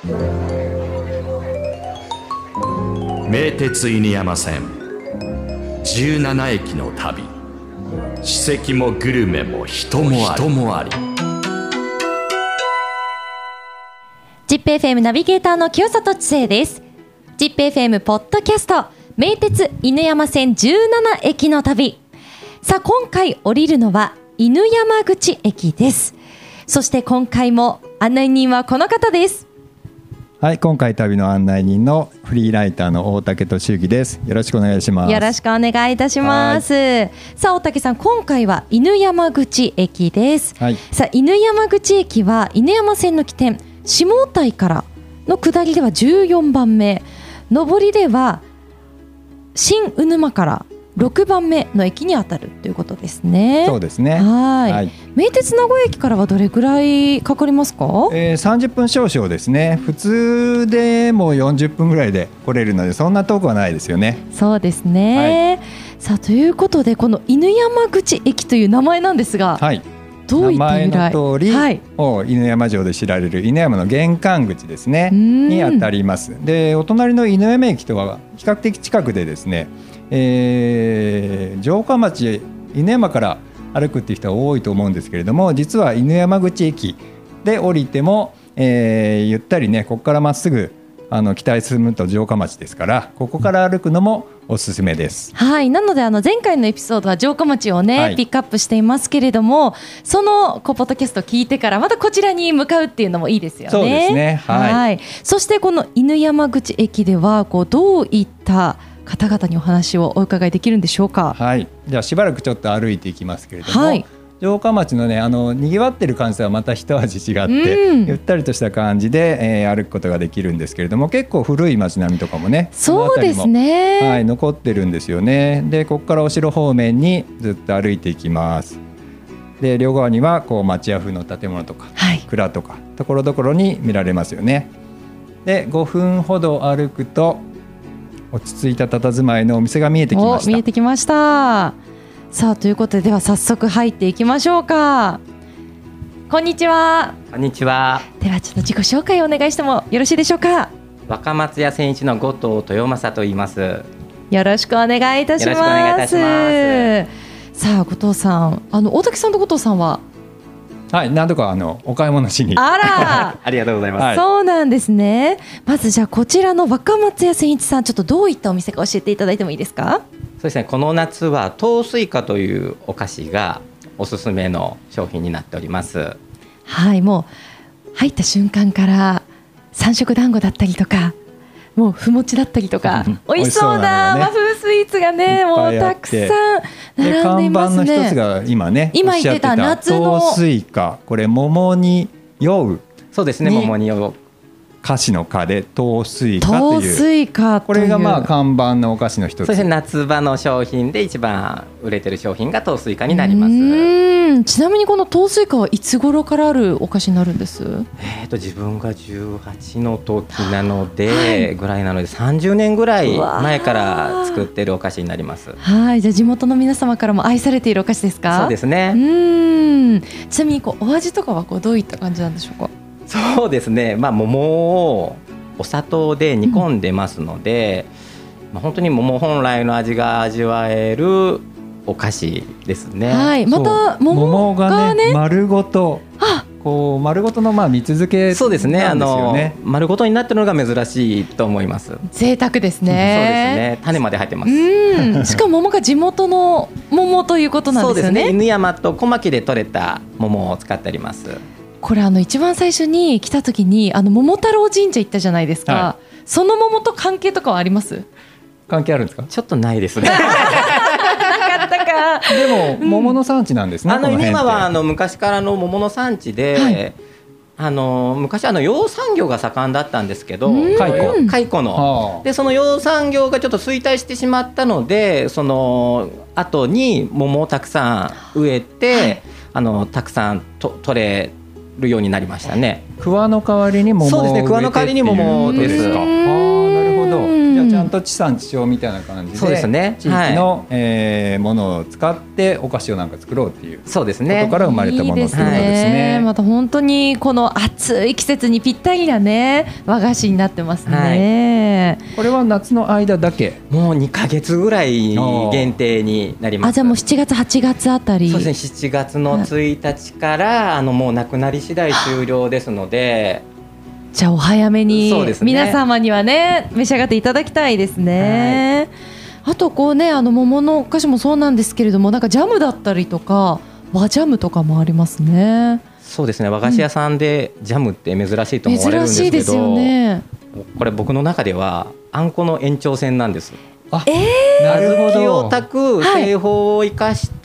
名鉄犬山線17駅の旅、史跡もグルメも人もあり。 ZIP-FM ナビゲーターの清里知世です。 ZIP-FM ポッドキャスト、名鉄犬山線17駅の旅。さあ、今回降りるのは犬山口駅です。そして今回も案内人はこの方です。 はい、今回旅の案内人のフリーライターの大竹俊之です。よろしくお願いします。 よろしくお願いいたします。さあ、大竹さん、今回は犬山口駅です。 はい、 さあ、犬山口駅は犬山線の起点下田からの下りでは14番目、上りでは新鵜沼から6番目の駅に当たるということですね。 そうですね。 はい、名鉄名古屋駅からはどれぐらいかかりますか ？30分少々ですね。普通でも40分ぐらいで来れるので、そんな遠くはないですよね。 そうですね、はい、さあ、ということでこの犬山口駅という名前なんですが、はい、どういった由来？ 名前の通り、はい、犬山城で知られる犬山の玄関口ですねにあたります。で、お隣の犬山駅とは比較的近くでですね、城下町犬山から歩くっていう人は多いと思うんですけれども、実は犬山口駅で降りても、ゆったりね、ここからまっすぐ北へ進むと城下町ですから、ここから歩くのもおすすめです。 はい、なので前回のエピソードは城下町をね、はい、ピックアップしていますけれども、そのポッドキャストを聞いてからまたこちらに向かうっていうのもいいですよね。 そうですね、はいはい、そしてこの犬山口駅ではどういった方々にお話をお伺いできるんでしょうか？ はい、じゃあしばらくちょっと歩いていきますけれども、はい、城下町のね、にぎわってる感じとはまた一味違って、ゆったりとした感じで、歩くことができるんですけれども、結構古い町並みとかもね、 そうですね、 はい、残ってるんですよね。で、ここからお城方面にずっと歩いていきます。で、両側には町屋風の建物とか、はい、蔵とかところどころに見られますよね。で、5分ほど歩くと落ち着いた佇まいのお店が見えてきました。 見えてきました。さあ、ということで、では早速入っていきましょうか。こんにちは。 こんにちは。 ではちょっと自己紹介をお願いしてもよろしいでしょうか？ 若松屋千一の後藤豊正と言います。 よろしくお願いいたします。よろしくお願いいたします。さあ、後藤さん、大竹さんと後藤さんは、 はい、何度かお買い物しに。 あらありがとうございます、はい、 そうなんですね。まずじゃあこちらの若松屋千一さん、ちょっとどういったお店か教えていただいてもいいですか？ そうですね、この夏は糖水花というお菓子がおすすめの商品になっております。 はい、もう入った瞬間から三色団子だったりとか、もうふもちだったりとか、美味しそうな和風スイーツがね、もうたくさん並んでいますね。 看板の一つが今ね、 今言ってた夏の糖水花、これ桃に酔う。 そうですね、桃に酔う菓子の花で糖水花という、これが看板のお菓子の一つ。 そうですね、夏場の商品で一番売れてる商品が糖水花になります。 ちなみにこの糖水花はいつ頃からあるお菓子になるんです？ 自分が18の時なので、はい、ぐらいなので30年ぐらい前から作ってるお菓子になります。 はい、じゃあ地元の皆様からも愛されているお菓子ですか？ そうですね。 ちなみにお味とかはどういった感じなんでしょうか？ そうですね、桃をお砂糖で煮込んでますので、本当に桃本来の味が味わえるお菓子ですね。 はい、また桃がね、 丸ごと丸ごとの蜜漬けなんですよね。 そうですね、丸ごとになっているのが珍しいと思います。 贅沢ですね。そうですね、種まで入ってます。 しかも桃が地元の桃ということなんですよね。 そうですね、犬山と小牧で採れた桃を使ってあります。 これ一番最初に来た時に桃太郎神社行ったじゃないですか、はい、その桃と関係とかはあります？ 関係あるんですか？ ちょっとないですね。 なかったか。 でも桃の産地なんですね。 今は昔からの桃の産地で、はい、昔養蚕業が盛んだったんですけど、蚕ので、その養蚕業がちょっと衰退してしまったので、その後に桃をたくさん植えて、はい、たくさん取れるようになりましたね。 桑の代わりに桃を植えて。 そうですね、桑の代わりに桃です。 なるほほど。じゃあちゃんと地産地消みたいな感じで、 そうですね、 地域の、ものを使ってお菓子をなんか作ろうっていうそうですね、 ことから生まれたものっていうことですね。 また本当にこの暑い季節にぴったりなね和菓子になってますね。 これは夏の間だけ。 もう2ヶ月ぐらい限定になります。 じゃあもう7月8月あたり。 そうですね、7月の1日からもうなくなり次第終了ですので、 じゃあお早めに皆様にはね召し上がっていただきたいですね。あとこうね桃のお菓子もそうなんですけれども、なんかジャムだったりとか和ジャムとかもありますね。 そうですね、和菓子屋さんでジャムって珍しいと思われるんですけど、 珍しいですよね。 これ僕の中ではあんこの延長線なんです。 なるほど。 小豆を炊く製法を生かして、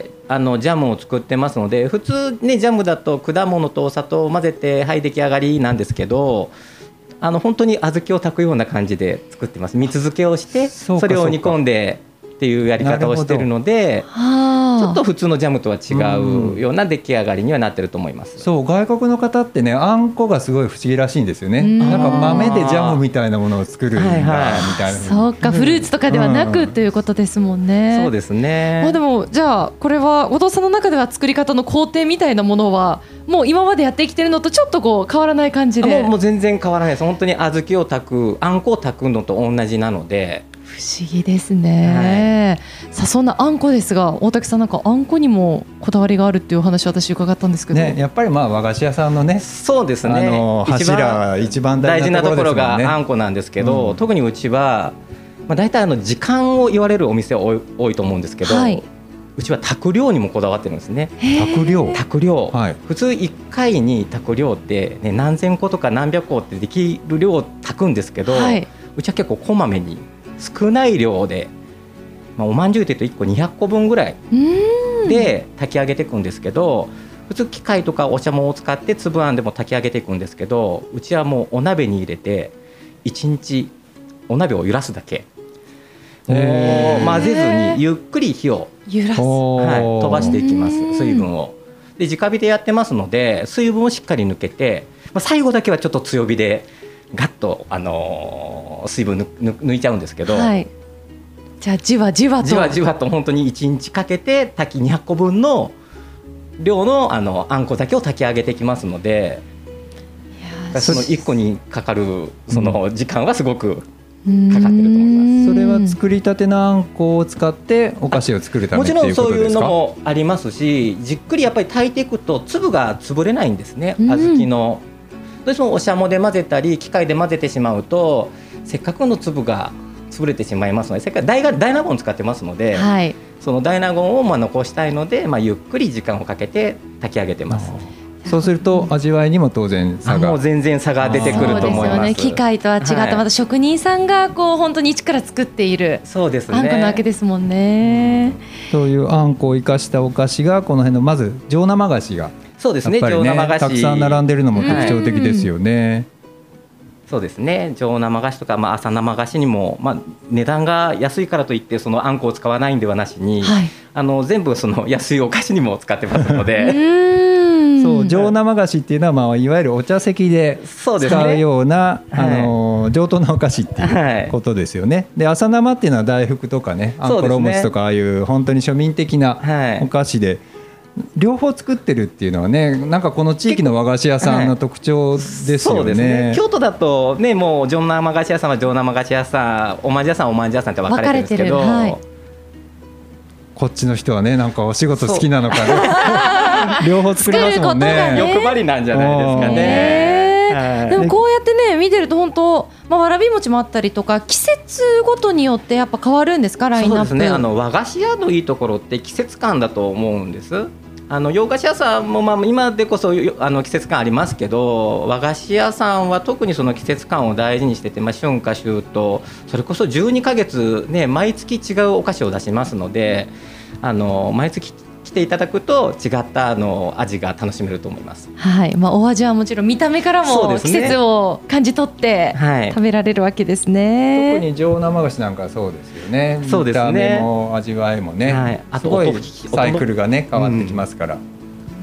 ジャムを作ってますので、普通ねジャムだと果物とお砂糖を混ぜてはい出来上がりなんですけど、本当に小豆を炊くような感じで作ってます。蜜漬けをしてそれを煮込んでっていうやり方をしているので、ちょっと普通のジャムとは違うような出来上がりにはなってると思います。 そう、外国の方ってねあんこがすごい不思議らしいんですよね。なんか豆でジャムみたいなものを作るんだみたいな、 そうか、フルーツとかではなくということですもんね。 そうですね。 でもじゃあこれは後藤さんの中では作り方の工程みたいなものはもう今までやってきてるのとちょっとこう変わらない感じで。 もう全然変わらないです。本当に小豆を炊くあんこを炊くのと同じなので。 不思議ですね、さあそんなあんこですが、大竹さんなんかあんこにもこだわりがあるっていうお話私伺ったんですけど、 やっぱり和菓子屋さんのね、 そうですね、 一番大事なところがあんこなんですけど、特にうちは、大体時間を言われるお店は多いと思うんですけど、うちは炊く量にもこだわってるんですね。炊く量、普通1回に炊く量って、何千個とか何百個ってできる量を炊くんですけど、うちは結構こまめに少ない量で、おまんじゅうって言うと1個200個分ぐらいで炊き上げていくんですけど、普通機械とかお茶もを使って粒あんでも炊き上げていくんですけど、うちはもうお鍋に入れて1日お鍋を揺らすだけ、混ぜずにゆっくり火を揺らす、 飛ばしていきます。水分をで直火でやってますので、水分をしっかり抜けて、最後だけはちょっと強火でガッと、水分抜いちゃうんですけど、 じゃあじわじわと本当に1日かけて炊き200個分の量の、あんこだけを炊き上げてきますので、その1個にかかるその時間はすごくかかってると思います。 それは作りたてのあんこを使ってお菓子を作るためっていうことですか？ もちろんそういうのもありますし、じっくりやっぱり炊いていくと粒が潰れないんですね。小豆のどうしてもおしゃもで混ぜたり機械で混ぜてしまうと、せっかくの粒が潰れてしまいますので、せっかく大納言使ってますので、その大納言を残したいので、ゆっくり時間をかけて炊き上げてます。 そうすると味わいにも当然差が、 もう全然差が出てくると思います。そうですよね、 機械とは違ってまた職人さんがこう本当に一から作っているあんこなわけですもんね。 そういうあんこを生かしたお菓子がこの辺のまず上生菓子がそうですね、 上生菓子たくさん並んでるのも特徴的ですよね。 そうですね、上生菓子とか、朝生菓子にも、値段が安いからといってそのあんこを使わないんではなしに、全部その安いお菓子にも使ってますのでそう上生菓子っていうのは、いわゆるお茶席で使うような上等なお菓子っていうことですよね。で朝生っていうのは大福とかね、あんころ餅とかああいう本当に庶民的なお菓子で、両方作ってるっていうのはね、なんかこの地域の和菓子屋さんの特徴ですよね。 そうですね、京都だとね、もう上生菓子屋さんは上生菓子屋さん、おまんじゅう屋さんはおまんじゅう屋さんって分かれてるんですけど、 こっちの人はね、なんかお仕事好きなのかね両方作りますもんね。 欲張りなんじゃないですかね。 でもこうやってね見てると本当、わらび餅もあったりとか、季節ごとによってやっぱ変わるんですか、ラインナップ。 そうですね、和菓子屋のいいところって季節感だと思うんです。洋菓子屋さんも今でこそ季節感ありますけど、和菓子屋さんは特にその季節感を大事にしてて、春夏秋冬それこそ12ヶ月、毎月違うお菓子を出しますので、毎月来ていただくと違った味が楽しめると思います。 お味はもちろん見た目からも季節を感じ取って食べられるわけですね。 特に上生菓子なんかはそうですよね。見た目も味わいもね、すごいサイクルがね変わってきますから。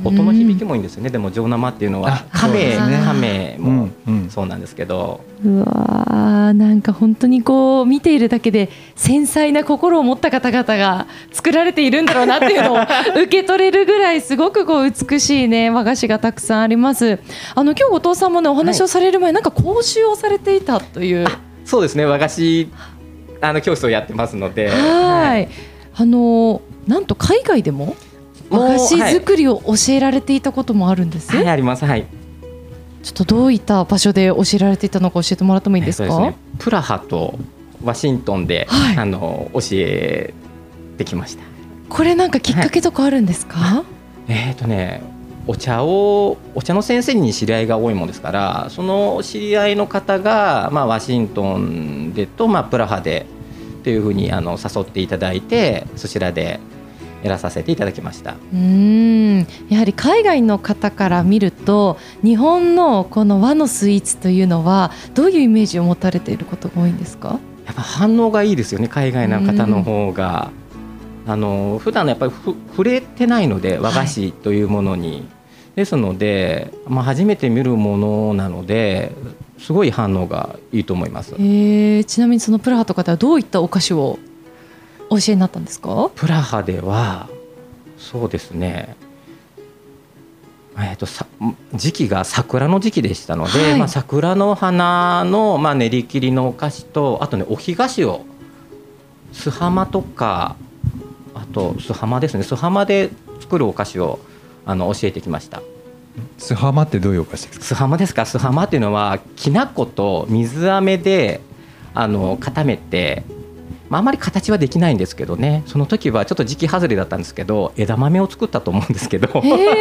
音の響きもいいんですよね。でも上生っていうのは亀もそうなんですけど、 うわなんか本当にこう見ているだけで繊細な心を持った方々が作られているんだろうなっていうのを受け取れるぐらいすごくこう美しいね和菓子がたくさんあります。今日後藤さんもねお話をされる前、なんか講習をされていたという。 そうですね、和菓子教室をやってますので、 なんと海外でも和菓子作りを教えられていたこともあるんです。 あります。はい。 ちょっとどういった場所で教えられていたのか教えてもらってもいいですか。 プラハとワシントンで、教えてきました。 これなんかきっかけとかあるんですか。 お茶の先生に知り合いが多いものですから、その知り合いの方が、ワシントンでと、プラハでというふうに誘っていただいて、そちらでやらさせていただきました。 やはり海外の方から見ると日本のこの和のスイーツというのはどういうイメージを持たれていることが多いんですか。 やっぱ反応がいいですよね、海外の方の方が。普段やっぱり触れてないので和菓子というものに、ですので、初めて見るものなのですごい反応がいいと思います。 ちなみにそのプラハとかではどういったお菓子をお教えになったんですか。 プラハではそうですね、時期が桜の時期でしたので、桜の花の、練り切りのお菓子と、あとねお干菓子をすはまとか、あとすはまですね、すはまで作るお菓子を教えてきました。 すはまってどういうお菓子ですか。 すはまですか。すはまっていうのはきな粉と水飴で固めて、あんまり形はできないんですけどね、その時はちょっと時期外れだったんですけど枝豆を作ったと思うんですけど、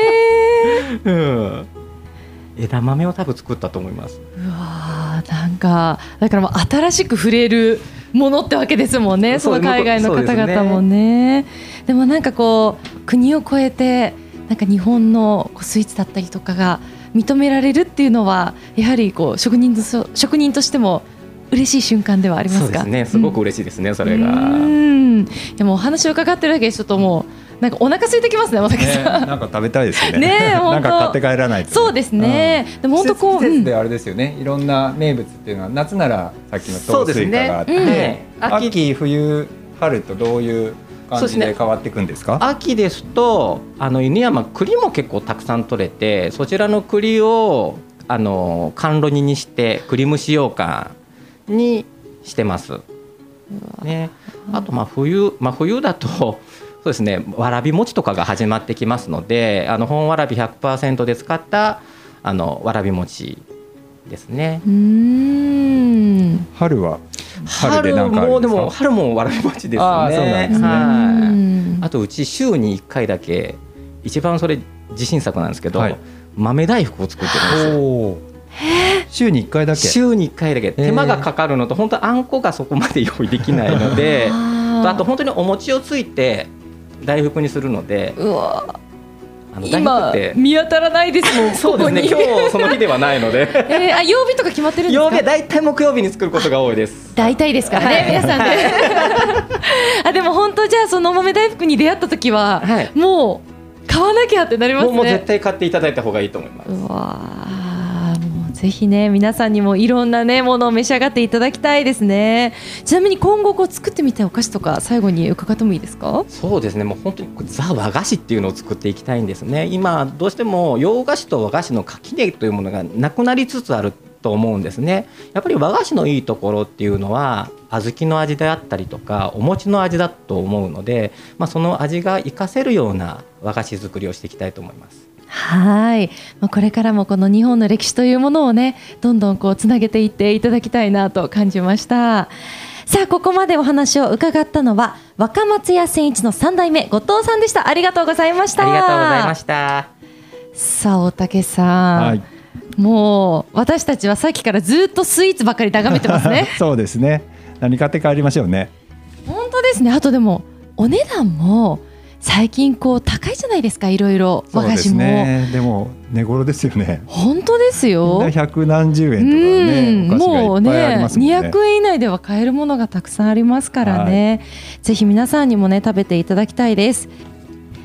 枝豆を多分作ったと思います。 うわなんかだからもう新しく触れるものってわけですもんね、その海外の方々もね。でもなんかこう国を越えてなんか日本のスイーツだったりとかが認められるっていうのはやはりこう職人としても嬉しい瞬間ではありますか。 そうですね、すごく嬉しいですね、それが。 でもお話を伺ってるだけでちょっともうなんかお腹空いてきますね、まさきさん。 なんか食べたいですよね。なんか買って帰らないと、ね。そうですね。でも本当こう季節であれですよね。いろんな名物っていうのは夏ならさっきの糖水化があって、秋冬春とどういう感じで変わっていくんですか。 秋ですと犬山栗も結構たくさん取れて、そちらの栗を甘露煮にして栗蒸し羊羹にしてます。ね、あと冬だとそうですね、わらび餅とかが始まってきますので、本わらび 100% で使ったわらび餅ですね。 春は春でなんかあるんですか。 でも春もわらび餅ですね。 そうなんですね。 あとうち週に1回だけ、一番それ自信作なんですけど、豆大福を作ってるんですよ。 週に1回だけ。 週に1回だけ。手間がかかるのと、本当あんこがそこまで用意できないのであと本当にお餅をついて大福にするので。 うわ今見当たらないですもん。 そうですね、今日その日ではないので曜日とか決まってるんですか。 曜日はだいたい木曜日に作ることが多いです。 大体ですからね、皆さんねでも本当じゃあその豆大福に出会った時は、もう買わなきゃってなりますね。 もう絶対買っていただいた方がいいと思います。 うわもうぜひね皆さんにもいろんなねものを召し上がっていただきたいですね。ちなみに今後作ってみたいお菓子とか最後に伺ってもいいですか。 そうですね、もう本当にザ和菓子っていうのを作っていきたいんですね。今どうしても洋菓子と和菓子の垣根というものがなくなりつつあると思うんですね。やっぱり和菓子のいいところっていうのは小豆の味であったりとかお餅の味だと思うので、その味が活かせるような和菓子作りをしていきたいと思います。 はい、これからもこの日本の歴史というものをねどんどんこうつなげていっていただきたいなと感じました。さあここまでお話を伺ったのは若松屋千一の3代目後藤さんでした。ありがとうございました。 ありがとうございました。 さあ大竹さん、もう私たちはさっきからずっとスイーツばっかり眺めてますねそうですね、何買って帰りましょうね。 本当ですね。あとでもお値段も最近こう高いじゃないですか、いろいろ和菓子も。 そうですね、でも値頃ですよね。 本当ですよ。 100何十円とかね、お菓子がいっぱいありますもんね。 200円以内では買えるものがたくさんありますからね、ぜひ皆さんにもね食べていただきたいです。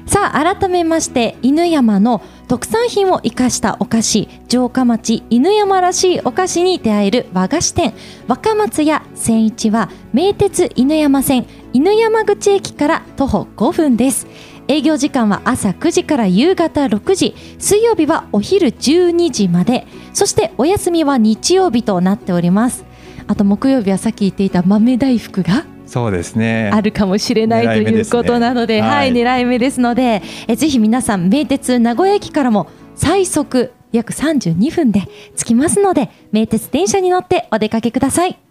さあ改めまして犬山の特産品を生かしたお菓子、城下町犬山らしいお菓子に出会える和菓子店若松屋千一は名鉄犬山線犬山口駅から徒歩5分です。営業時間は朝9時から夕方6時、水曜日はお昼12時まで、そしてお休みは日曜日となっております。あと木曜日はさっき言っていた豆大福がそうですね、 あるかもしれないということなので、狙い目ですので、ぜひ皆さん名鉄名古屋駅からも最速約32分で着きますので、名鉄電車に乗ってお出かけください。